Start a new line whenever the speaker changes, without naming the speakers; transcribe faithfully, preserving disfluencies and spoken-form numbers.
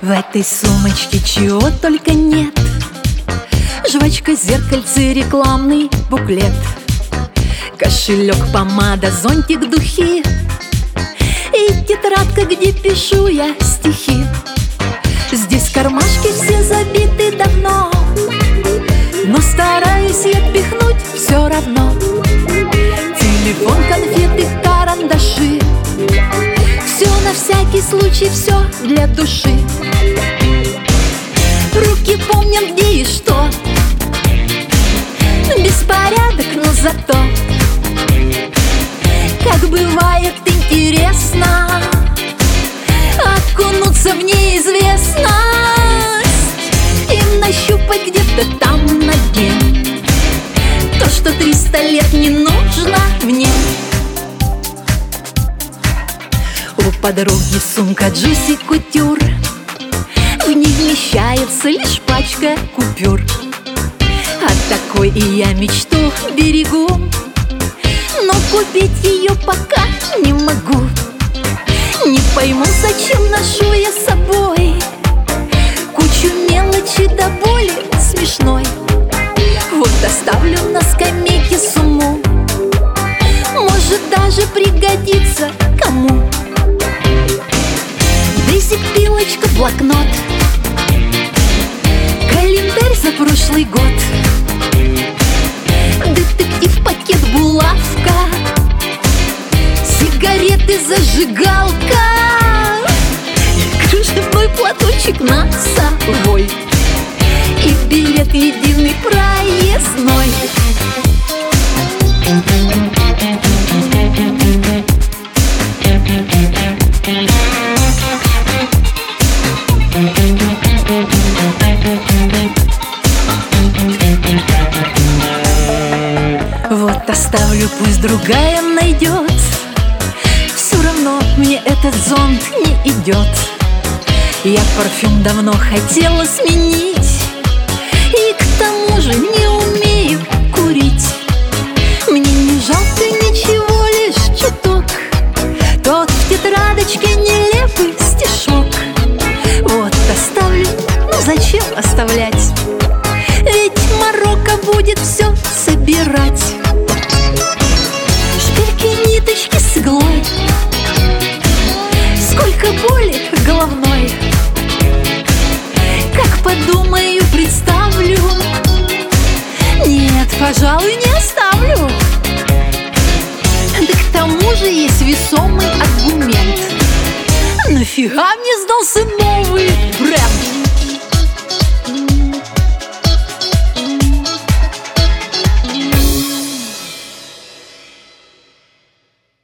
В этой сумочке чего только нет: жвачка, зеркальце, рекламный буклет, кошелек, помада, зонтик, духи и тетрадка, где пишу я стихи. Здесь кармашки все забиты давно, но стараюсь я пихнуть все равно. Телефон, конфеты, карандаши, все на всякий случай, все для души. Руки помнят, где и что, беспорядок, но зато как бывает интересно окунуться в неизвестность и нащупать где-то там на дне то, что триста лет не нужно мне. У подруги сумка Джуси Кутюр, в ней вмещается лишь пачка купюр. От такой и я мечту берегу, но купить ее пока не могу. Не пойму, зачем ношу я с собой кучу мелочи до боли смешной. Вот оставлю на скамейке сумму, может даже пригодится кому. Дезик, пилочка, блокнот, календарь за прошлый год, детектив, пакет, булавка, сигареты, зажигалка и кружевной платочек носовой и билет единый проездной. Вот оставлю, пусть другая найдет, все равно мне этот зонт не идет. Я парфюм давно хотела сменить, и к тому же не умею курить. Мне не жалко ничего, лишь чуток, тот в тетрадочке нелепый стишок. Вот оставлю, ну зачем оставлять, ведь Марокко будет все собирать. Шпильки, ниточки с иглой, сколько боли головной. Как подумаю, представлю, нет, пожалуй, не оставлю. Да к тому же есть весомый аргумент: нафига мне сдался мой